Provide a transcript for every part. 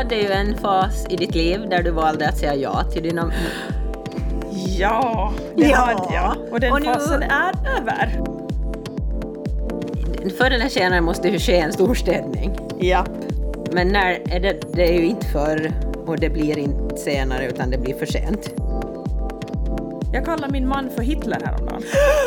hade ju en fas i ditt liv där du valde att säga ja till dina... Ja, det hade jag. Och den fasen är över. Förr eller senare måste det ske en storstädning. Ja. Men när är det är ju inte förr och det blir inte senare utan det blir för sent. Jag kallar min man för Hitler häromdagen.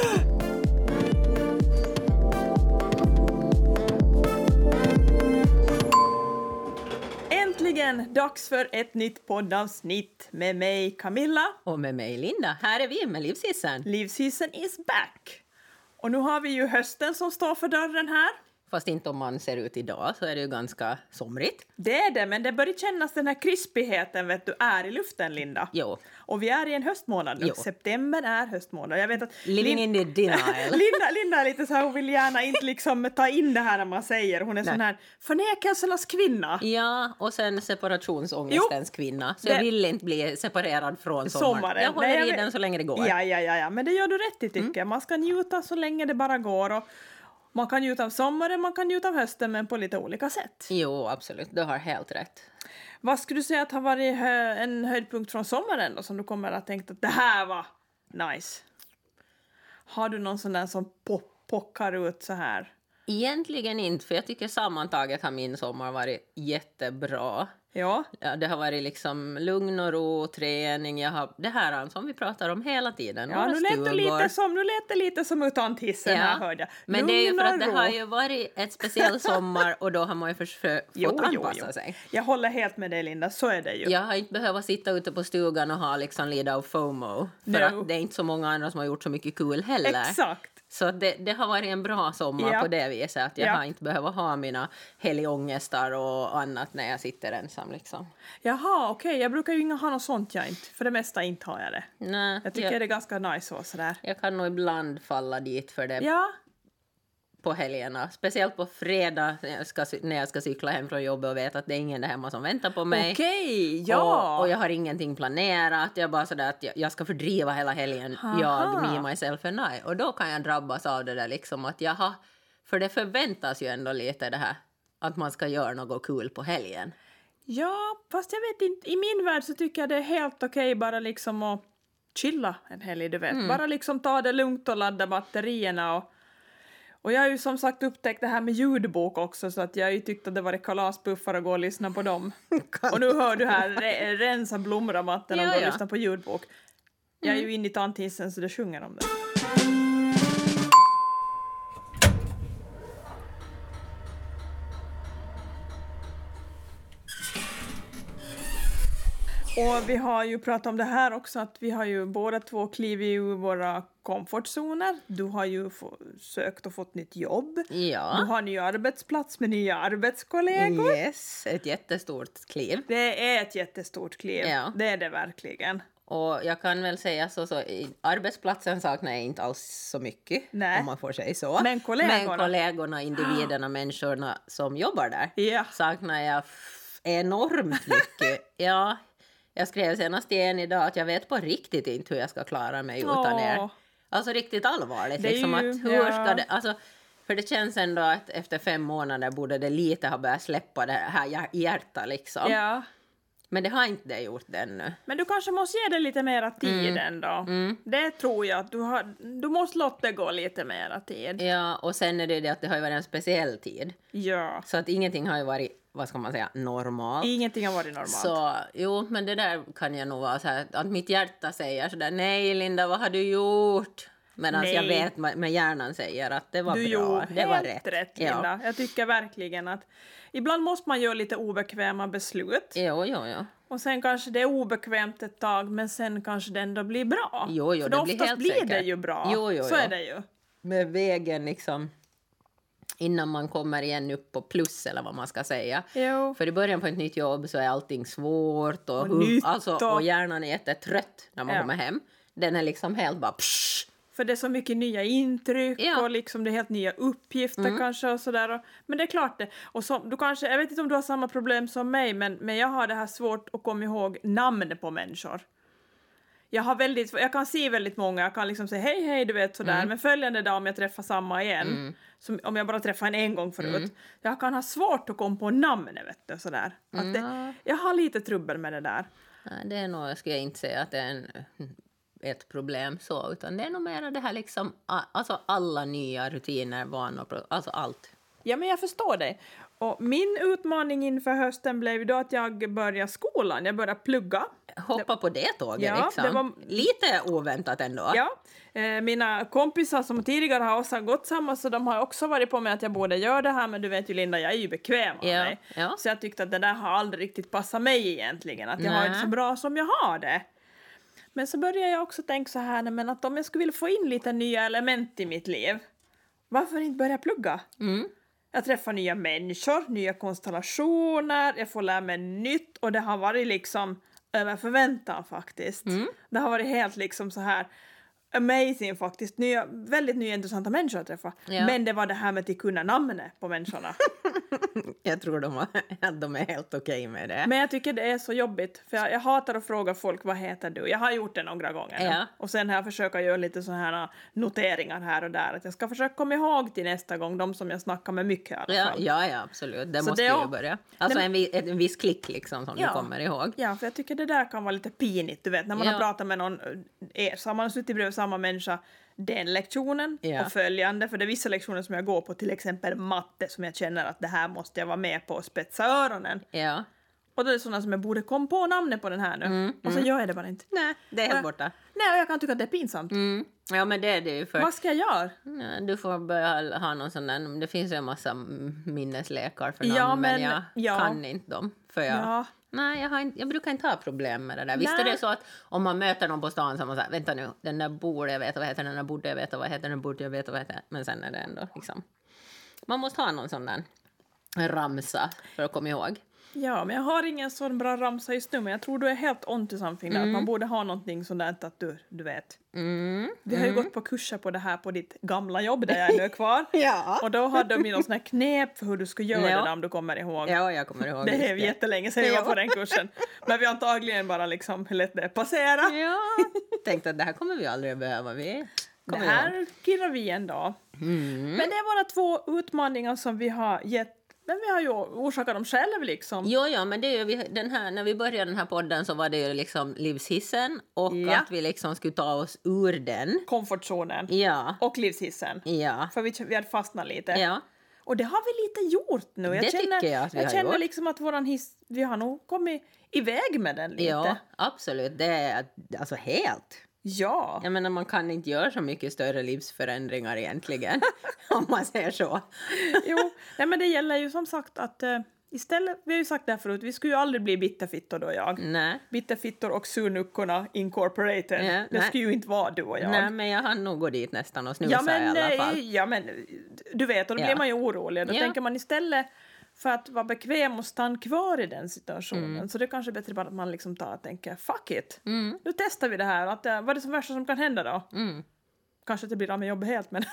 Äntligen dags för ett nytt poddavsnitt med mig Camilla. Och med mig Linda. Här är vi med Livshissen. Livshissen is back. Och nu har vi ju hösten som står för dörren här. Fast inte om man ser ut idag så är det ju ganska somrigt. Det är det, men det börjar kännas den här krispigheten vet du är i luften, Linda. Jo. Och vi är i en höstmånad nu. Jo. September är höstmånad. Jag vet att Living in the denial. Linda är lite så här, hon vill gärna inte liksom ta in det här när man säger. Hon är sån här förnekelsernas kvinna. Ja, och sen separationsångestens kvinna. Så jag vill inte bli separerad från sommaren. Jag håller i den så länge det går. Ja. Men det gör du rätt i tycker jag. Man ska njuta så länge det bara går och man kan njuta av sommaren, man kan njuta av hösten men på lite olika sätt. Jo, absolut. Du har helt rätt. Vad skulle du säga att har varit en höjdpunkt från sommaren då, som du kommer att tänka att det här var nice? Har du någon sån där som pockar ut så här? Egentligen inte, för jag tycker sammantaget har min sommar varit jättebra. Ja. Det har varit liksom lugn och ro, träning. Det här som vi pratar om hela tiden. Ja, nu lät det lite som utan tissen här hörde jag. Men lugn det är ju för att ro. det har ju varit ett speciell sommar och då har man ju fått anpassa sig. Jag håller helt med dig Linda, så är det ju. Jag har inte behövt sitta ute på stugan och ha liksom lite av FOMO. För att det är inte så många andra som har gjort så mycket kul heller. Exakt. Så det har varit en bra sommar på det viset. Att jag har inte behövt ha mina helgångestar och annat när jag sitter ensam liksom. Jaha, okej. Jag brukar ju inte ha något sånt jag inte. För det mesta inte har jag det. Nej, jag tycker det är ganska nice och sådär. Jag kan nog ibland falla dit för det. Ja. På helgerna. Speciellt på fredag när jag ska cykla hem från jobbet och vet att det är ingen där hemma som väntar på mig. Okej, ja. Och jag har ingenting planerat. Jag bara sådär att jag ska fördriva hela helgen. Me, myself and I. Och då kan jag drabbas av det där liksom att för det förväntas ju ändå lite det här att man ska göra något kul på helgen. Ja, fast jag vet inte. I min värld så tycker jag det är helt okej bara liksom att chilla en helg, du vet. Bara liksom ta det lugnt och ladda batterierna och jag har ju som sagt upptäckt det här med ljudbok också så att jag har ju tyckt att det var kalaspuffar att gå och lyssna på dem. Och nu hör du här rensa blomrabatten och gå och lyssna på ljudbok. Jag är ju inne i tantissen så det sjunger om det. Och vi har ju pratat om det här också att vi har ju båda två klivit ur våra komfortzoner. Du har ju sökt och fått nytt jobb. Ja. Du har ny arbetsplats med nya arbetskollegor. Yes, ett jättestort kliv. Det är ett jättestort kliv. Ja. Det är det verkligen. Och jag kan väl säga så i arbetsplatsen saknar jag inte alls så mycket. Nej. Om man får säga så. Men kollegorna, individerna, människorna som jobbar där saknar jag enormt mycket. Ja. Jag skrev senast igen idag att jag vet på riktigt inte hur jag ska klara mig utan er. Alltså riktigt allvarligt. Liksom att hur ska det... Alltså, för det känns ändå att efter 5 månader borde det lite ha börjat släppa det här hjärtat liksom. Ja. Men det har inte det gjort ännu. Men du kanske måste ge det lite mera tid ändå. Det tror jag att du måste låta det gå lite mera tid. Ja, och sen är det att det har ju varit en speciell tid. Ja. Så att ingenting har ju varit, vad ska man säga, normalt. Ingenting har varit normalt. Så, jo, men det där kan jag nog vara så här, att mitt hjärta säger sådär, nej Linda, vad har du gjort? Medan jag vet med hjärnan säger att det var bra, det var rätt. Linda. Jag tycker verkligen att ibland måste man göra lite obekväma beslut. Jo. Och sen kanske det är obekvämt ett tag, men sen kanske det ändå blir bra. Jo, för det blir helt säkert. Det ju bra. Jo. Så är det ju. Med vägen liksom, innan man kommer igen upp på plus eller vad man ska säga. Jo. För i början på ett nytt jobb så är allting svårt och hjärnan är jättetrött när man kommer hem. Den är liksom helt bara psh. För det är så mycket nya intryck och liksom det är helt nya uppgifter kanske och sådär. Men det är klart det. Och du kanske, jag vet inte om du har samma problem som mig, men jag har det här svårt att komma ihåg namn på människor. jag kan se väldigt många, jag kan liksom säga hej, du vet sådär, men följande dag om jag träffar samma igen, som om jag bara träffar en gång förut, jag kan ha svårt att komma på namnet, vet du, sådär. Att jag har lite trubbel med det där. Ja, det är nog, jag skulle inte säga att det är ett problem så, utan det är nog mer det här liksom, alltså alla nya rutiner, vanor, alltså allt. Ja, men jag förstår dig. Och min utmaning inför hösten blev då att jag började skolan. Jag började plugga. Hoppa på det tåget liksom. Det var lite oväntat ändå. Ja, mina kompisar som tidigare har också gått samma, så de har också varit på mig att jag borde göra det här. Men du vet ju, Linda, jag är ju bekväm av mig. Ja. Så jag tyckte att det där har aldrig riktigt passat mig egentligen. Att jag har det så bra som jag har det. Men så började jag också tänka så här, men att om jag skulle vilja få in lite nya element i mitt liv, varför inte börja plugga? Jag träffar nya människor, nya konstellationer, jag får lära mig nytt, och det har varit liksom över förväntan faktiskt. Det har varit helt liksom så här amazing faktiskt, väldigt nya intressanta människor att träffa. Ja. Men det var det här med att kunna namnet på människorna. Jag tror de är helt okej med det. Men jag tycker det är så jobbigt, för jag hatar att fråga folk, vad heter du? Jag har gjort det några gånger. Ja. Och sen har jag försökt göra lite så här noteringar här och där, att jag ska försöka komma ihåg till nästa gång de som jag snackar med mycket i alla fall. Ja, absolut. Det så måste ju börja. Alltså en viss klick liksom som du kommer ihåg. Ja, för jag tycker det där kan vara lite pinigt, du vet, när man har pratat med någon, så har man suttit bredvid samma människa den lektionen och följande, för det är vissa lektioner som jag går på, till exempel matte, som jag känner att det här måste jag vara med på och spetsa öronen. Ja. Och då är det sådana som jag borde komma på namnet på den här nu. Och så gör jag det bara inte. Nej, det är helt borta. Nej, och jag kan tycka att det är pinsamt. Ja, men det är det ju för... Vad ska jag göra? Ja, du får börja ha någon sån där... Det finns ju en massa minneslekar för namn, men jag kan inte dem. För nej, jag brukar inte ha problem med det där. Visst är det så att om man möter någon på stan så man säger, vänta nu, den där borde jag veta vad heter, den där borde jag veta vad heter, den borde jag veta vad heter. Men sen är det ändå liksom... Man måste ha någon sån där ramsa för att komma ihåg. Ja, men jag har ingen sån bra ramsa just nu, men jag tror du är helt on till something där. Att man borde ha någonting sånt där att du vet. Vi har ju gått på kurser på det här på ditt gamla jobb där jag är nu kvar. Och då hade de ju någon sån här knep för hur du ska göra det om du kommer ihåg. Ja, jag kommer ihåg. Det är jättelänge sedan jag var på den kursen. Men vi har antagligen bara liksom lätt det passera. Ja, tänkte att det här kommer vi aldrig att behöva. Det här killar vi ändå. Men det är bara 2 utmaningar som vi har gett. Men vi har ju orsakat dem själv liksom. Ja, men det är ju när vi började den här podden så var det ju liksom livshissen och att vi liksom skulle ta oss ur den. Komfortzonen. Ja. Och livshissen. Ja. För vi hade fastnat lite. Ja. Och det har vi lite gjort nu. Jag känner gjort. Liksom att våran vi har nog kommit iväg med den lite. Ja, absolut. Det är alltså helt... Ja. Jag menar, man kan inte göra så mycket större livsförändringar egentligen, om man säger så. Jo, nej, men det gäller ju som sagt att istället, vi har ju sagt det här förut, vi skulle ju aldrig bli bitterfittor då jag. Nej. Bitterfittor och surnuckorna incorporated. Ja, det skulle ju inte vara du och jag. Nej, men jag har nog gått dit nästan och snusa i alla fall. Ja, men du vet, och då blir man ju orolig. Då tänker man istället... För att vara bekväm och stanna kvar i den situationen. Så det är kanske bättre bara att man liksom tar och tänker, fuck it. Nu testar vi det här. Vad är det som värsta som kan hända då? Kanske att det blir av med jobbet helt, men...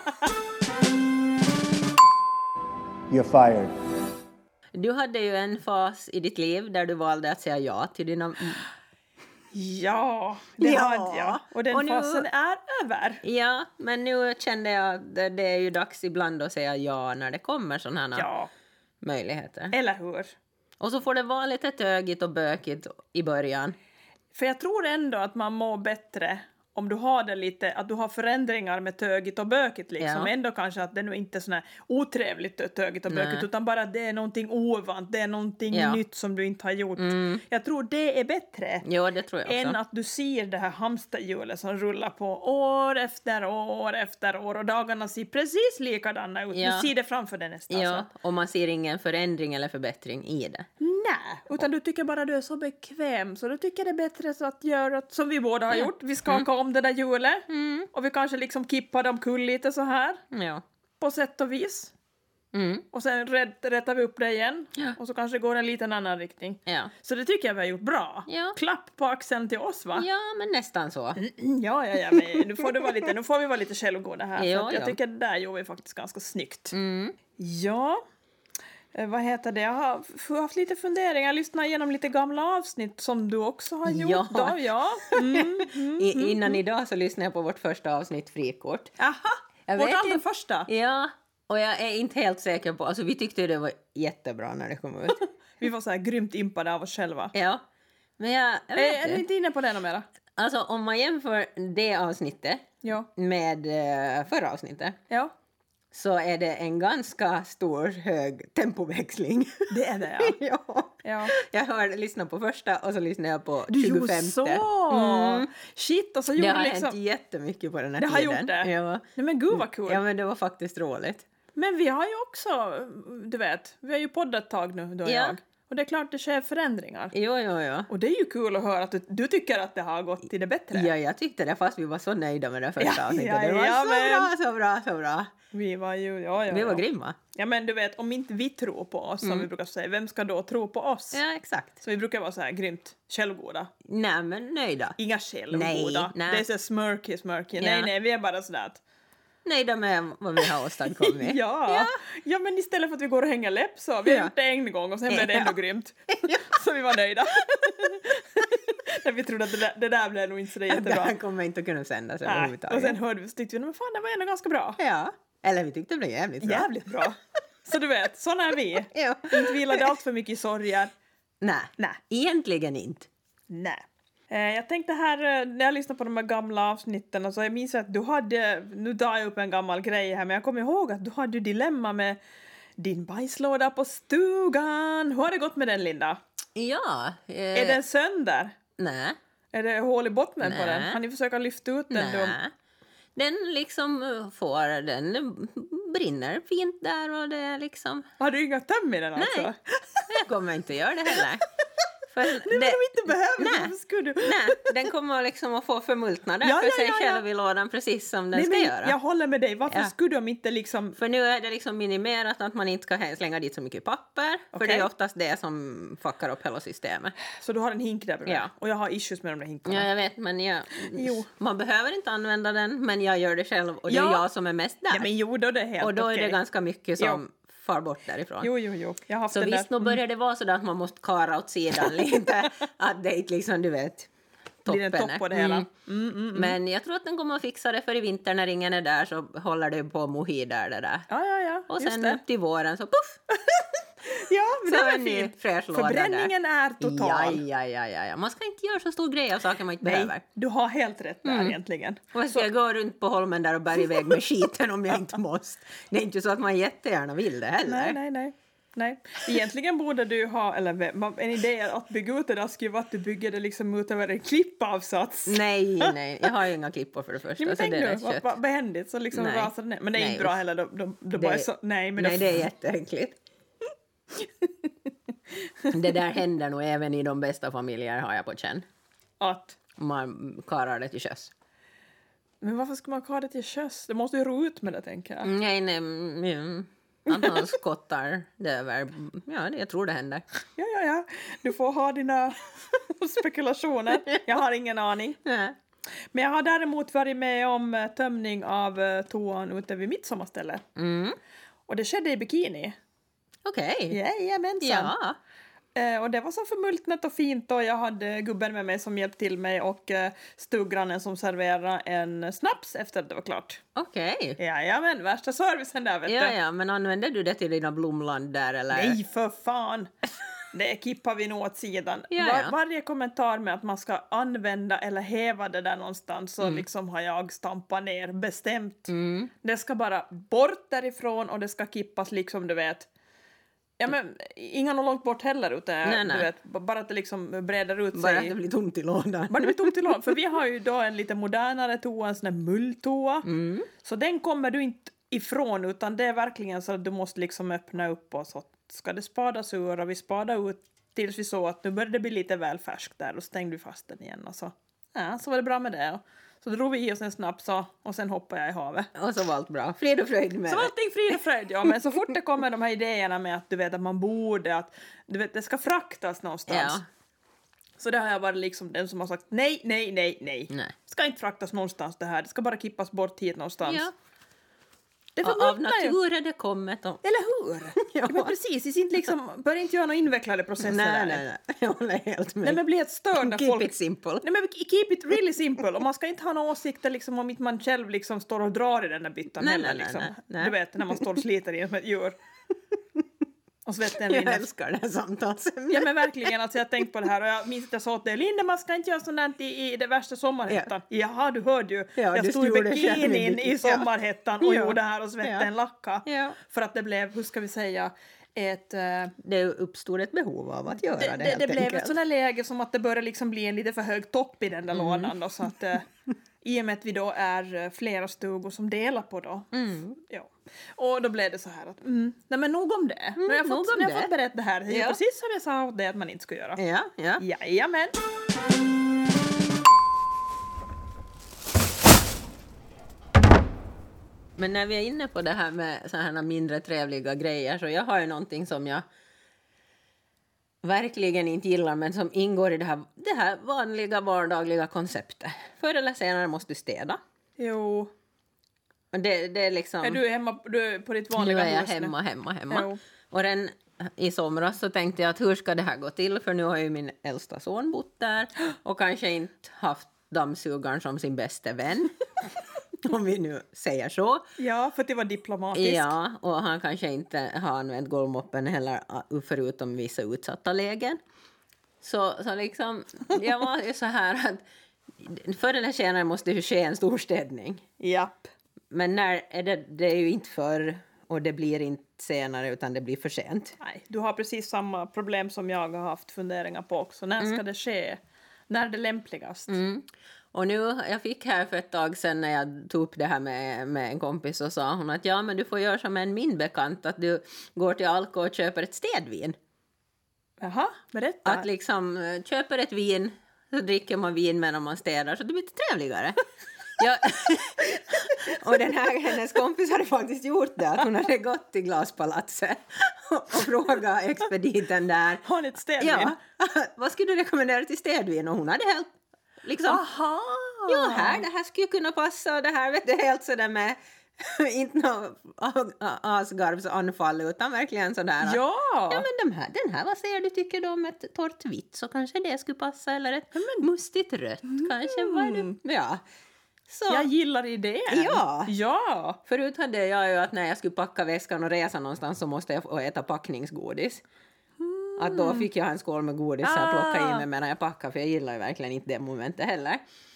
You're fired. Du hade ju en fas i ditt liv där du valde att säga ja till dina... Ja, det hade jag. Och den fasen är över. Ja, men nu kände jag att det är ju dags ibland att säga ja när det kommer sådana här möjligheter. Eller hur? Och så får det vara lite tögigt och bökigt i början. För jag tror ändå att man mår bättre om du har det lite, att du har förändringar med tögigt och bökigt liksom. Ändå kanske att det nu inte är sån här otrevligt tögigt och bökigt, utan bara att det är någonting ovant, det är någonting nytt som du inte har gjort. Jag tror det är bättre. Ja, det tror jag också. Än att du ser det här hamsterhjulet som rullar på år efter år och dagarna ser precis likadana ut. Du ser det framför dig nästan. Ja, och man ser ingen förändring eller förbättring i det. Nej, utan du tycker bara du är så bekväm, så du tycker det är bättre så att göra som vi båda har gjort. Vi skakar om det där hjulet och vi kanske liksom kippar dem kull lite så här på sätt och vis. Och sen rättar vi upp det igen och så kanske det går en liten annan riktning. Så det tycker jag vi har gjort bra. Klapp på axeln till oss, va? Ja, men nästan så. Ja, men nu får vi vara lite självgoda här. För att jag tycker det där gjorde vi faktiskt ganska snyggt. Ja. Vad heter det? Jag har haft lite funderingar. Jag lyssnar igenom lite gamla avsnitt som du också har gjort. Ja. Då, ja. Innan idag så lyssnade jag på vårt första avsnitt Frikort. Aha, vårt allra första. Ja, och jag är inte helt säker på... Alltså vi tyckte det var jättebra när det kom ut. Vi var så här grymt impade av oss själva. Ja, men jag vet Är du inte inne på det något mera? Alltså om man jämför det avsnittet med förra avsnittet. Ja. Så är det en ganska stor hög tempoväxling. Det är det, ja. Jag lyssnade på första och så lyssnade jag på 25. Du gjorde så! Shit, och så gjorde det har liksom... hänt jättemycket på den här det tiden. Har gjort det? Ja. Nej, men gud vad kul. Ja, men det var faktiskt roligt. Men vi har ju också, du vet, vi har ju poddat ett tag nu, du och jag. Och det är klart det sker förändringar. Jo. Och det är ju kul att höra att du tycker att det har gått till det bättre. Ja, jag tyckte det fast vi var så nöjda med det första avsnittet. Ja, det var så bra. Vi var ju, Vi var grymma. Ja, men du vet, om inte vi tror på oss, som vi brukar säga, vem ska då tro på oss? Ja, exakt. Så vi brukar vara så här grymt självgoda. Nej, men nöjda. Inga självgoda. Nej. Det är så smirky. Ja. Nej, vi är bara sådär att... Nöjda med vad vi har åstadkommit. Ja, men istället för att vi går och hänger läpp så vi har gjort det en gång och sen blev det ändå grymt. Så vi var nöjda. När vi trodde att det där blev nog inte så jättebra. Det här kommer inte att kunna sändas överhuvudtaget. Och sen hörde vi så tyckte vi, men fan det var ändå ganska bra. Ja, eller vi tyckte det blev jävligt bra. Jävligt bra. Så du vet, såna är vi. Ja. Inte vilade allt för mycket i sorger. Nej, egentligen inte. Nej. Jag tänkte här, när jag lyssnade på de här gamla avsnitten, så jag minns att du hade, nu tar jag upp en gammal grej här, men jag kommer ihåg att du hade dilemma med din bajslåda på stugan. Hur har det gått med den, Linda? Ja. Är den sönder? Nej. Är det hål i botten på den? Har ni försökt lyfta ut den? Nej. Den liksom den brinner fint där och det är liksom... Har du inga töm i den alltså? Nej, jag kommer inte göra det heller. För nej, men de inte behöver. Nej. Nej, den kommer liksom att få förmultna där för sig själv i lådan precis som den ska göra. Jag håller med dig. Varför skulle de inte liksom... För nu är det liksom minimerat att man inte ska slänga dit så mycket papper. För det är oftast det som fuckar upp hela systemet. Så du har en hink där bredvid? Ja. Och jag har issues med de där hinkarna. Ja, jag vet, men man behöver inte använda den, men jag gör det själv. Och det är jag som är mest där. Ja, men då är det helt och då är det ganska mycket som... far bort därifrån. Jo. Jag har haft så visst, nog börjar det vara så att man måste kara åt sidan lite. Att det inte liksom, du vet, toppen. Blir en topp på det hela. Men jag tror att den kommer att fixa det, för i vinter när ingen är där så håller det på mohi där det där. Ja. Och sen till våren så puff! Ja, men så det är en fint. Fräsch låda Förbränningen där. är total. Ja. Man ska inte göra så stor grej av saker man inte behöver. Du har helt rätt där egentligen. Och jag ska gå runt på holmen där och bära iväg med skiten om jag inte måste. Det är inte så att man jättegärna vill det heller. Nej. Egentligen borde du ha, eller en idé att bygga ut det där skulle vara att du bygger det liksom ut över en klippavsats. Nej. Jag har ju inga klippor för det första. Men så tänk det är nu, vad behändigt. Så liksom rasar det ner. Men det är inte bra heller. Det är jätteäckligt. Det där händer nog även i de bästa familjer, har jag på känn. Att? Man karar det till sjöss. Men varför ska man kara det till sjöss? Det måste ju ro ut med det, tänker jag. Nej. Att man skottar det över. Ja, jag tror det händer. Ja. Du får ha dina spekulationer. Jag har ingen aning. Nej. Men jag har däremot varit med om tömning av toan ute vid mitt sommarställe. Och det skedde i bikini. Okej. Jajamensan. Ja. Och det var så förmultnat och fint, och jag hade gubben med mig som hjälpte till mig och stuggrannen som serverade en snaps efter att det var klart. Okej. Jajamän, värsta servicen där, vet du. Ja, men använder du det till dina blomland där eller? Nej, för fan! Det kippar vi nog åt sidan. Varje kommentar med att man ska använda eller häva det där någonstans så liksom har jag stampat ner bestämt. Det ska bara bort därifrån och det ska kippas liksom, du vet. Ja, men inga någon långt bort heller, utan nej. du vet, bara att det liksom breder ut sig. Bara att det blir tomt i lådan. Bara det blir tomt i lådan. För vi har ju då en lite modernare toa, en sån här mulltoa. Så den kommer du inte ifrån, utan det är verkligen så att du måste liksom öppna upp och så ska det spadas ur, och vi spadade ut tills vi såg att nu började det bli lite väl färskt där, och stängde vi fast den igen och så var det bra med det. Så drog vi i oss en snaps och sen hoppade jag i havet. Och så var allt bra. Frid och fröjd med så var allting frid och fröjd, ja. Men så fort det kommer de här idéerna med att du vet att man borde, att du vet det ska fraktas någonstans. Ja. Så det har jag varit liksom den som har sagt nej. Ska inte fraktas någonstans det här. Det ska bara kippas bort hit någonstans. Ja. Av natur är det kommet. Eller hur? Ja. Men precis, det inte liksom, bör inte göra några invecklade processer. Nej, jag håller helt med. Nej, men blir helt störd när Keep it simple. Nej, men keep it really simple. Och man ska inte ha några åsikter liksom, om inte man själv liksom står och drar i den där byttan heller. Liksom. Nej. Du vet, när man står och sliter i ett djur. Och svetten jag älskar det här samtalsämnet. Ja, men verkligen. Alltså, jag har tänkt på det här och jag minns att jag sa till Linda, man ska inte göra sånt där i det värsta sommarhettan. Ja. Jaha, du hörde ju. Ja, jag stod i bikinin i sommarhettan och gjorde det här och svetten lacka. Ja. För att det blev, hur ska vi säga, det uppstod ett behov av att göra det. Det blev ett sådant läge som att det började liksom bli en lite för hög topp i den där lådan. Då, så att, i och med att vi då är flera stugor som delar på då. Ja. Och då blev det så här att, nej men nog om det. Nu har jag fått berätta det här. Det är precis som jag sa åt det att man inte ska göra. Ja. Jajamän. Men när vi är inne på det här med så här mindre trevliga grejer så jag har ju någonting som jag verkligen inte gillar men som ingår i det här vanliga vardagliga konceptet. Förr eller senare måste du städa. Jo. Och det är liksom... Är du hemma du är på ditt vanliga hus? Nu är jag hemma. Jo. Och i somras så tänkte jag att hur ska det här gå till? För nu har ju min äldsta son bott där och kanske inte haft dammsugaren som sin bästa vän. Om vi nu säger så. Ja, för det var diplomatiskt. Ja, och han kanske inte har använt golvmoppen heller förutom vissa utsatta lägen. Så liksom, jag var ju så här att förr eller senare måste det ske en stor städning. Japp. Men när är det är ju inte förr och det blir inte senare utan det blir för sent. Nej, du har precis samma problem som jag har haft funderingar på också. När ska det ske? När är det lämpligast? Och nu, jag fick här för ett tag sedan när jag tog upp det här med en kompis och sa hon att ja men du får göra som en min bekant att du går till Alko och köper ett städvin. Jaha, berätta. Att liksom köper ett vin så dricker man vin medan man städar så det blir lite trevligare. Och hennes kompis hade faktiskt gjort det att hon hade gått till Glaspalatset och frågat expediten där. Har ni ett städvin? Ja, vad skulle du rekommendera till städvin? Och hon hade helt liksom, aha. Ja, det här skulle kunna passa och det här vet du helt sådär med inte något asgarvsanfall utan verkligen sådär. Ja. Ja men den här, vad säger du tycker du om ett torrt vitt så kanske det skulle passa eller ett mustigt rött kanske. Vad är du? Ja. Så. Jag gillar idén. Ja. Förut hade jag ju att när jag skulle packa väskan och resa någonstans så måste jag äta packningsgodis. Att då fick jag en skål med godis och plocka i mig medan jag packade för jag gillar ju verkligen inte det momentet heller.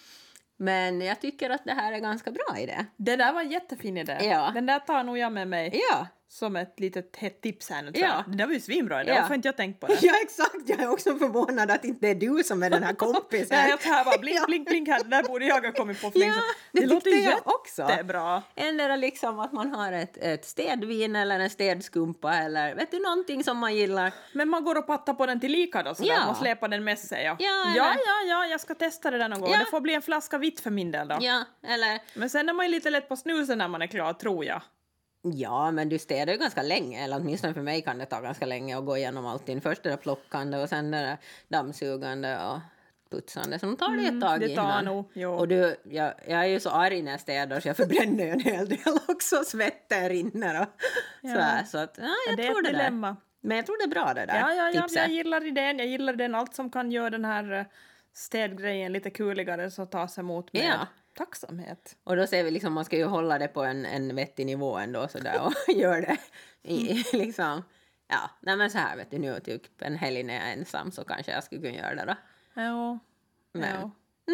Men jag tycker att det här är ganska bra idé. Det där var en jättefin idé. Ja. Den där tar nog jag med mig. Ja. Som ett litet hett tips här nu. Ja. Det där var ju svinbra idé. Varför inte jag tänkt på det? Ja, exakt. Jag är också förvånad att inte det är du som är den här kompisen. Nej, jag här bara blink här. Där borde jag ha kommit på fling. Ja, det låter ju också. Jättebra. Eller liksom att man har ett städvin eller en städskumpa eller vet du någonting som man gillar. Men man går och pattar på den till lika då sådär. Man släpar den med sig. Ja, jag ska testa det där någon gång. Det får bli en flaska vitt för min del då. Ja, eller... Men sen är man ju lite lätt på snusen när man är klar, tror jag. Ja, men du städar ju ganska länge, eller åtminstone för mig kan det ta ganska länge att gå igenom allting. Först det där plockande och sen det där dammsugande och putsande. Så de tar det ett tag det tar innan. nog, jo. Och jag är ju så arg när jag städar så jag förbränner ju en hel del också. Svetten rinner och så att jag det tror är det ett dilemma. där. Men jag tror det är bra det där jag gillar idén. Jag gillar den. Allt som kan göra den här städgrejen lite kuligare så tas emot med tacksamhet. Och då ser vi liksom, man ska ju hålla det på en vettig nivå ändå sådär och gör det liksom, nej men så här vet du nu typ en helg när jag är ensam så kanske jag skulle kunna göra det då. Ja. Men.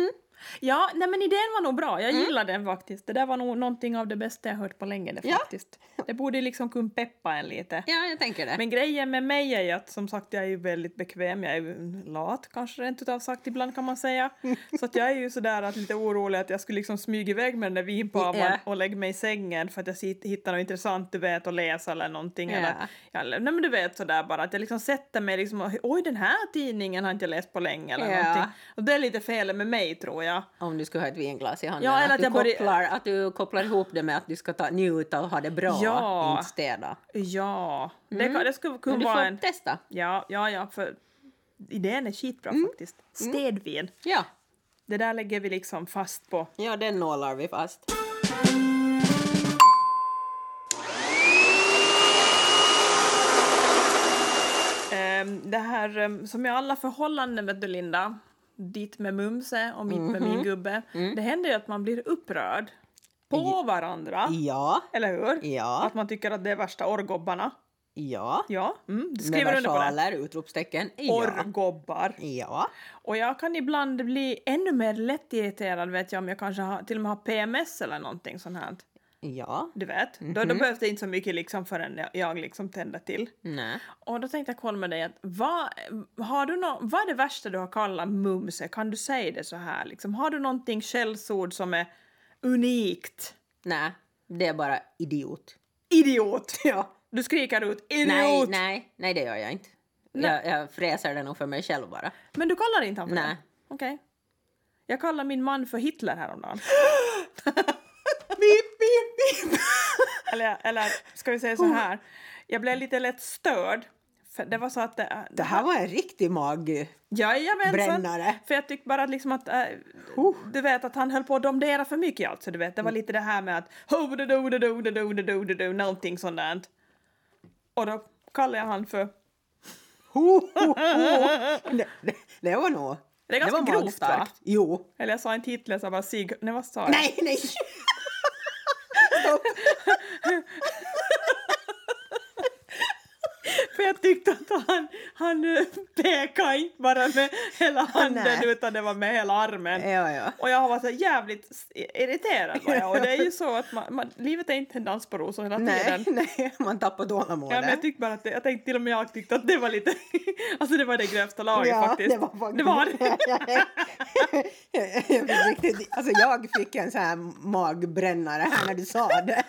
Ja, nej men idén var nog bra. Jag gillar den faktiskt. Det där var nog någonting av det bästa jag hört på länge det faktiskt. Det borde liksom kunna peppa en lite. Ja, jag tänker det. Men grejen med mig är ju att som sagt jag är ju väldigt bekväm. Jag är ju lat kanske rent utav sagt ibland kan man säga. Så att jag är ju sådär att lite orolig att jag skulle liksom smyga iväg med den där vinpavan och lägga mig i sängen för att jag hittar något intressant du vet att läsa eller någonting. Eller, nej men du vet sådär bara att jag liksom sätter mig liksom oj den här tidningen har inte jag läst på länge eller någonting. Och det är lite fel med mig tror jag. Om du skulle ha ett vinglas i handen. Ja, eller att du kopplar ihop det med att du ska njuta och ha det bra. Ja. Inte städa. Ja. Det skulle kunna men vara du får testa. Ja, för idén är skitbra faktiskt. Städvin. Ja. Det där lägger vi liksom fast på. Ja, den nålar vi fast. det här som i alla förhållanden, vet du Linda, ditt med Mumse och mitt med min gubbe, det händer ju att man blir upprörd på varandra. Ja. Eller hur? Ja. Att man tycker att det är värsta orgobbarna. Ja. Ja, du Med skriver under på det. versaler, utropstecken. Ja. Orgobbar. Ja. Och jag kan ibland bli ännu mer lättirriterad, vet jag, om jag kanske till och med har PMS eller någonting sånt här. Ja. Du vet, då behövs det inte så mycket liksom förrän jag liksom tänder till. Nej. Och då tänkte jag kolla med dig att vad är det värsta du har kallat Mumse? Kan du säga det så här liksom? Har du någonting skällsord som är unikt? Nej, det är bara idiot. Idiot! Ja. Du skriker ut idiot! Nej, det gör jag inte. Jag fräser det nog för mig själv bara. Men du kallar inte han för Nej. det? Okej. Jag kallar min man för Hitler häromdagen. Bip, bip, bip. eller ska vi säga så här. Jag blev lite lätt störd. För det var så att Det här var en riktig magbrännare. För jag tyckte bara att liksom att du vet att han höll på att domdera för mycket, alltså du vet. Det var lite det här med att någonting sånt där. Och då kallade jag han för Det var nog. Det är ganska grovt, va? Jo. Eller jag sa inte Hitler, så bara Sig. Nej, vad sa jag? Nej. Stopp. För jag tyckte att han pekade inte bara med hela handen utan det var med hela armen. Ja. Och jag var så jävligt irriterad. Och det är ju så att livet är inte en dans på rosor hela tiden. Nej, man tappar tålamodet. Ja, men jag tyckte bara att jag tänkte till och med jag tyckte att det var lite alltså det var det grövsta laget faktiskt. Det var det. Jag fick en sån här magbrännare här när du sa det.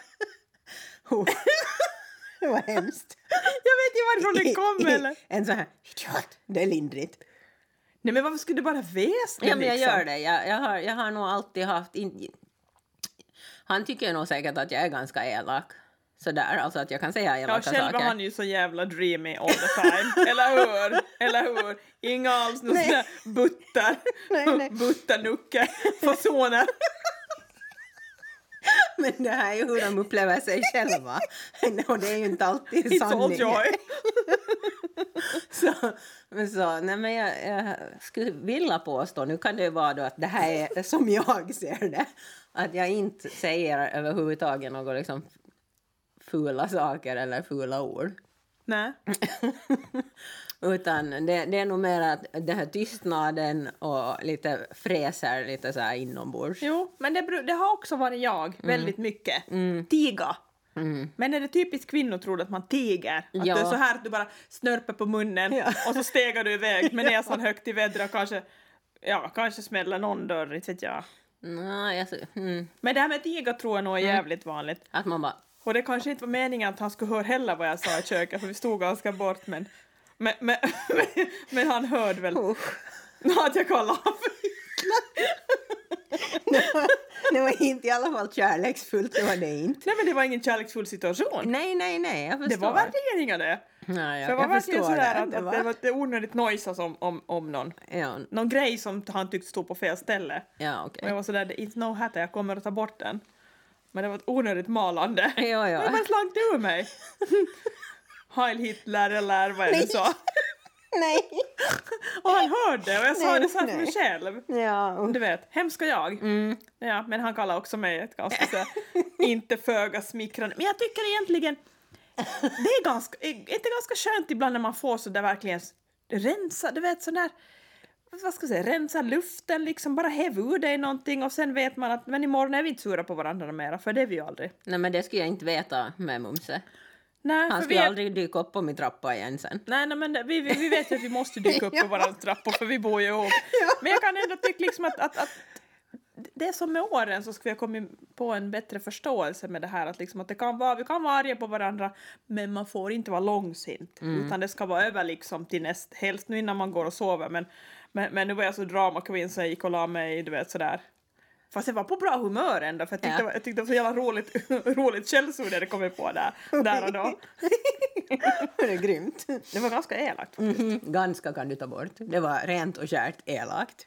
Det var hemskt. Jag vet inte varifrån det kom eller. En sån här idiot. Det är lindrigt. Nej, men varför skulle du bara väsna? Ja, men jag gör det. Jag har nog alltid haft han tycker nog säkert att jag är ganska elak. Sådär, alltså att jag kan säga elaka saker. Ja, själv var han ju så jävla dreamy all the time. Eller hur? Inga alls någon sån där butternucke-fasoner. Men det här är ju hur de upplever sig själva. Och det är ju inte alltid sanning. Men jag skulle vilja påstå, nu kan det ju vara då att det här är som jag ser det. Att jag inte säger överhuvudtaget något liksom fula saker eller fula ord. Nej. Utan det är nog mer att det här tystnaden och lite fräser lite så här inombords. Jo, men det har också varit jag väldigt mycket. Tiga. Men är det typiskt kvinnor tror att man tiger? Att det är så här att du bara snörper på munnen och så stegar du iväg med näsan högt i vädra och kanske smäller någon dörr, inte vet jag. Nej, Men det här med tiga tror jag nog är jävligt vanligt. Att man bara... Och det kanske inte var meningen att han skulle höra heller vad jag sa i köket, för vi stod ganska bort, men han hörde väl att jag kallade honom för Hitler. Det var inte i alla fall kärleksfullt, det var det inte. Nej, men det var ingen kärleksfull situation. Nej, jag förstår. Det var verkligen inga det. Nej, för det var verkligen sådär att det var det onödigt nojsas om någon. Ja. Någon grej som han tyckte stod på fel ställe. Ja, okej. Och jag var sådär, det är inte no hatter, jag kommer att ta bort den. Men det var ett onödigt malande. Ja. Det var slank ur mig. Heil Hitler eller vad är det så? Nej. Och han hörde och jag sa det så här för mig själv. Ja. Du vet, hemska jag. Ja, men han kallar också mig ett ganska så inte föga smickrande. Men jag tycker egentligen det är ganska skönt ibland när man får så där verkligen rensa, du vet sådär, vad ska jag säga, rensa luften liksom, bara häv ur dig någonting och sen vet man att men imorgon är vi inte sura på varandra mera, för det är vi ju aldrig. Nej, men det skulle jag inte veta med Mumse. Nej, han skulle aldrig dyka upp på min trappa igen sen. Nej, men vi vet ju att vi måste dyka upp på varandras trappor för vi bor ju ihop. Men jag kan ändå tycka liksom att det är som med åren så ska vi ha kommit på en bättre förståelse med det här. Att, liksom, att vi kan vara arga på varandra, men man får inte vara långsint. Utan det ska vara över liksom till helst nu innan man går och sover. Men nu var jag så drama queen så jag gick och la mig, du vet sådär. Fast jag var på bra humör ändå, för jag tyckte det var så jävla roligt källsord det kom på där och då. Det är grymt. Det var ganska elakt. Ganska kan du ta bort. Det var rent och skärt elakt.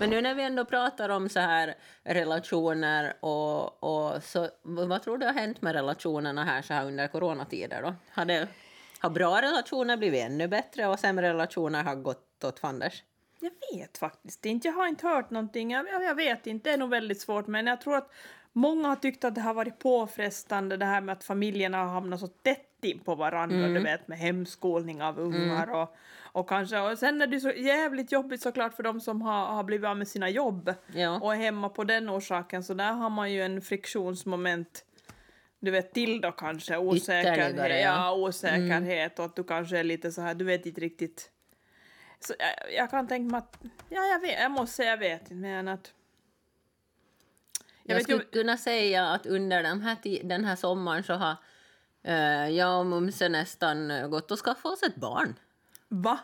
Men nu när vi ändå pratar om så här relationer och så, vad tror du har hänt med relationerna här så här under coronatider då? Har bra relationer blivit ännu bättre och sämre relationer har gått åt fanders? Jag vet faktiskt inte. Jag har inte hört någonting. Jag vet inte. Det är nog väldigt svårt. Men jag tror att många har tyckt att det har varit påfrestande. Det här med att familjerna har hamnat så tätt in på varandra. Du vet, med hemskolning av ungar. Och kanske, och sen är det så jävligt jobbigt såklart för de som har blivit av med sina jobb. Ja. Och är hemma på den orsaken. Så där har man ju en friktionsmoment. Du vet, till då kanske. Osäkerhet. Och att du kanske är lite så här. Du vet inte riktigt. Så jag kan tänka mig att, jag måste säga jag vet inte, men att jag skulle kunna säga att under den här sommaren så har jag och Mumse nästan gått och skaffat oss ett barn. Va?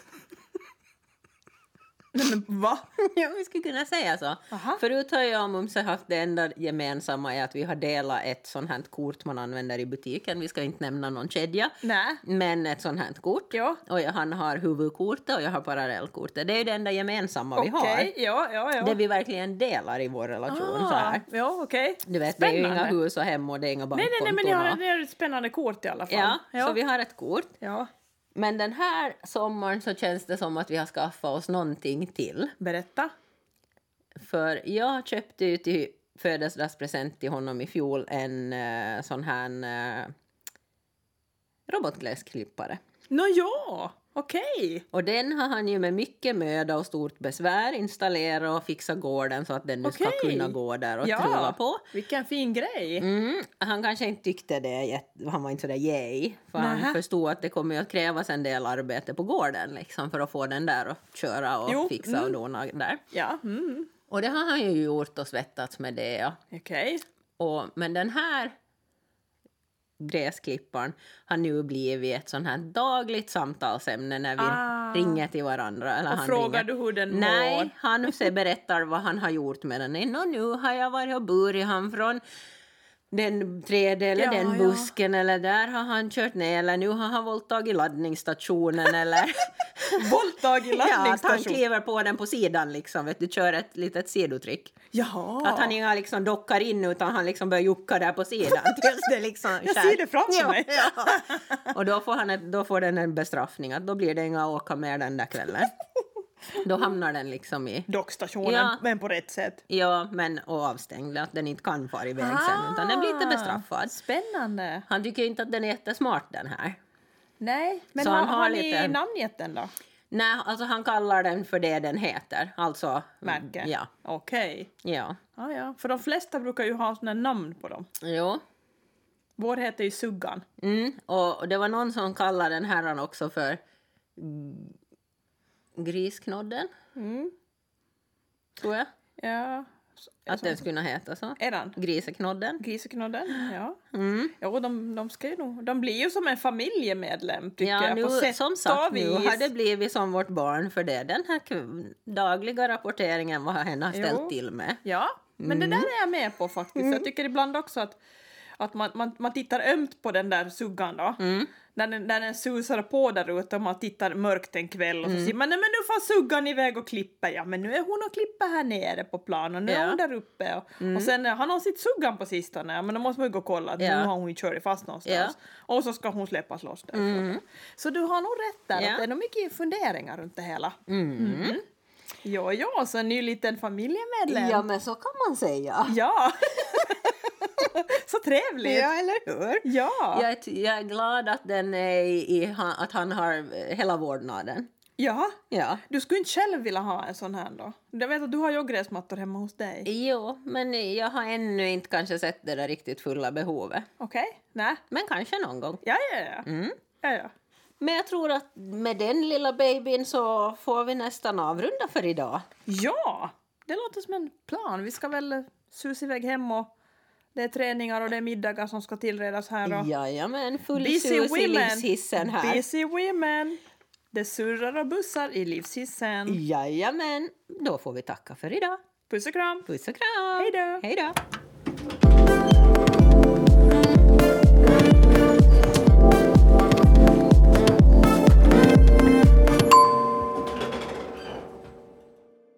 Nej, men va? Ja, vi skulle kunna säga så. Aha. Förut har jag och Mumse haft det enda gemensamma är att vi har delat ett sånt här kort man använder i butiken. Vi ska inte nämna någon kedja. Nej. Men ett sånt här kort. Ja. Och han har huvudkortet och jag har parallellkortet. Det är det enda gemensamma vi har. Okej, ja. Det vi verkligen delar i vår relation så här. Ja, okej. Du vet, det är ju inga hus och hem och det är inga bankkonton. Nej, men det är ett spännande kort i alla fall. Ja, så vi har ett kort. Ja. Men den här sommaren så känns det som att vi har skaffat oss någonting till. Berätta. För jag köpte ju till födelsedagspresent till honom i fjol en sån här robotgräsklippare. Ja, okej. Och den har han ju med mycket möda och stort besvär installerat och fixat gården så att den nu ska kunna gå där och trulla på. Vilken fin grej. Han kanske inte tyckte det, han var inte så där yay. För han förstod att det kommer ju att krävas en del arbete på gården liksom, för att få den där och köra och fixa och dona där. Ja. Och det har han ju gjort och svettats med det. Ja. Okej. Men den här gräsklipparen har nu blivit ett sånt här dagligt samtalsämne när vi ringer till varandra. Eller och han frågar ringer. du hur den mår? Nej, han berättar vad han har gjort med den. Nu har jag varit och burit han från den trädet eller den busken eller där har han kört ner eller nu har han våldtagit laddningsstationen eller våldtagit laddningsstationen? Ja, att han kliver på den på sidan liksom, vet du, kör ett litet sidotryck. Jaha. Att han inte liksom dockar in utan han liksom börjar jucka där på sidan tills det liksom jag ser det framför mig. Ja. Och då får den en bestraffning att då blir det inga åka med den där kvällen. Då hamnar den liksom i dockstationen, men på rätt sätt. Ja, men och avstängd, att den inte kan fara iväg sen, utan den blir lite bestraffad. Spännande. Han tycker inte att den är jättesmart den här. Nej, men så har ni namngett den då? Nej, alltså han kallar den för det den heter. Alltså, märke? Ja. Okej. Ja. Ja, för de flesta brukar ju ha såna namn på dem. Jo. Vår heter ju Suggan. Och det var någon som kallade den här också för Grisknodden. Tror jag. Ja. Att den skulle heta så. Är den? Griseknodden. Griseknodden, ja. Ja, de ska ju nog... De blir ju som en familjemedlem, tycker jag. Nu, på sätt som sagt, nu har det blivit som vårt barn för det. Den här dagliga rapporteringen vad henne har ställt till med. Ja, men det där är jag med på faktiskt. Jag tycker ibland också att man tittar ömt på den där suggan då. När den susar på där ute och man tittar mörkt en kväll och så säger man, nej men nu får suggan iväg och klippa. Ja, men nu är hon och klippa här nere på planen. Nu är hon där uppe. Och sen har någon sitt suggan på sistone. Ja, men då måste man ju gå och kolla att nu har hon ju kört fast någonstans. Och så ska hon släppas loss därifrån. Så du har nog rätt där. Att det är nog mycket funderingar runt det hela. Ja, så en ny liten familjemedlem. Ja, men så kan man säga. Ja. Så trevligt. Ja, eller hur? Ja. Jag är glad att den är att han har hela vårdnaden. Ja. Ja. Du skulle inte själv vilja ha en sån här då? Jag vet att du har ju gräsmattor hemma hos dig. Jo, men jag har ännu inte kanske sett det där riktigt fulla behovet. Okej, nej. Men kanske någon gång. Ja. Ja. Men jag tror att med den lilla babyn så får vi nästan avrunda för idag. Ja, det låter som en plan. Vi ska väl susa iväg hem och det är träningar och det är middagar som ska tillredas här. Och jajamän, full sus i livshissen här. Busy women. Det surrar och bussar i livshissen. Jajamän, då får vi tacka för idag. Puss och kram. Puss och kram. Hej då. Hej då.